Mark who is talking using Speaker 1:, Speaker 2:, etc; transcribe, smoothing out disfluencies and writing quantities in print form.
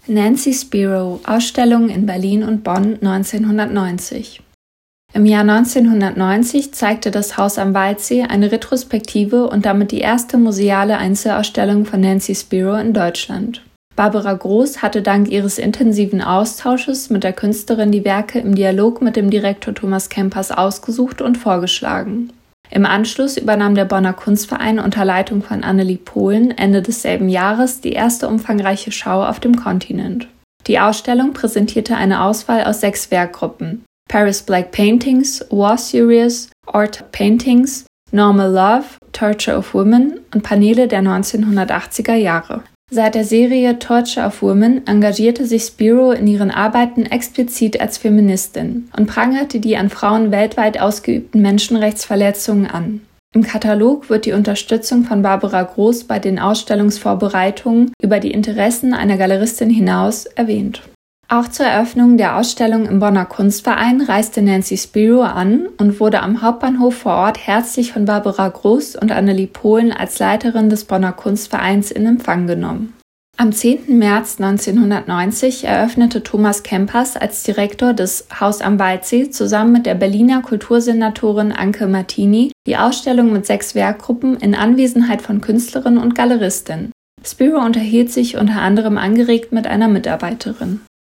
Speaker 1: Nancy Spero, Ausstellungen in Berlin und Bonn 1990. Im Jahr 1990 zeigte das Haus am Waldsee eine Retrospektive und damit die erste museale Einzelausstellung von Nancy Spero in Deutschland. Barbara Groß hatte dank ihres intensiven Austausches mit der Künstlerin die Werke im Dialog mit dem Direktor Thomas Kempers ausgesucht und vorgeschlagen. Im Anschluss übernahm der Bonner Kunstverein unter Leitung von Annelie Pohlen Ende desselben Jahres die erste umfangreiche Schau auf dem Kontinent. Die Ausstellung präsentierte eine Auswahl aus 6 Werkgruppen: Paris Black Paintings, War Series, Art Paintings, Normal Love, Torture of Women und Paneele der 1980er Jahre. Seit der Serie Torture of Women engagierte sich Spero in ihren Arbeiten explizit als Feministin und prangerte die an Frauen weltweit ausgeübten Menschenrechtsverletzungen an. Im Katalog wird die Unterstützung von Barbara Groß bei den Ausstellungsvorbereitungen über die Interessen einer Galeristin hinaus erwähnt. Auch zur Eröffnung der Ausstellung im Bonner Kunstverein reiste Nancy Spero an und wurde am Hauptbahnhof vor Ort herzlich von Barbara Groß und Annelie Pohlen als Leiterin des Bonner Kunstvereins in Empfang genommen. Am 10. März 1990 eröffnete Thomas Kempers als Direktor des Haus am Waldsee zusammen mit der Berliner Kultursenatorin Anke Martini die Ausstellung mit 6 Werkgruppen in Anwesenheit von Künstlerin und Galeristin. Spero unterhielt sich unter anderem angeregt mit einer Mitarbeiterin.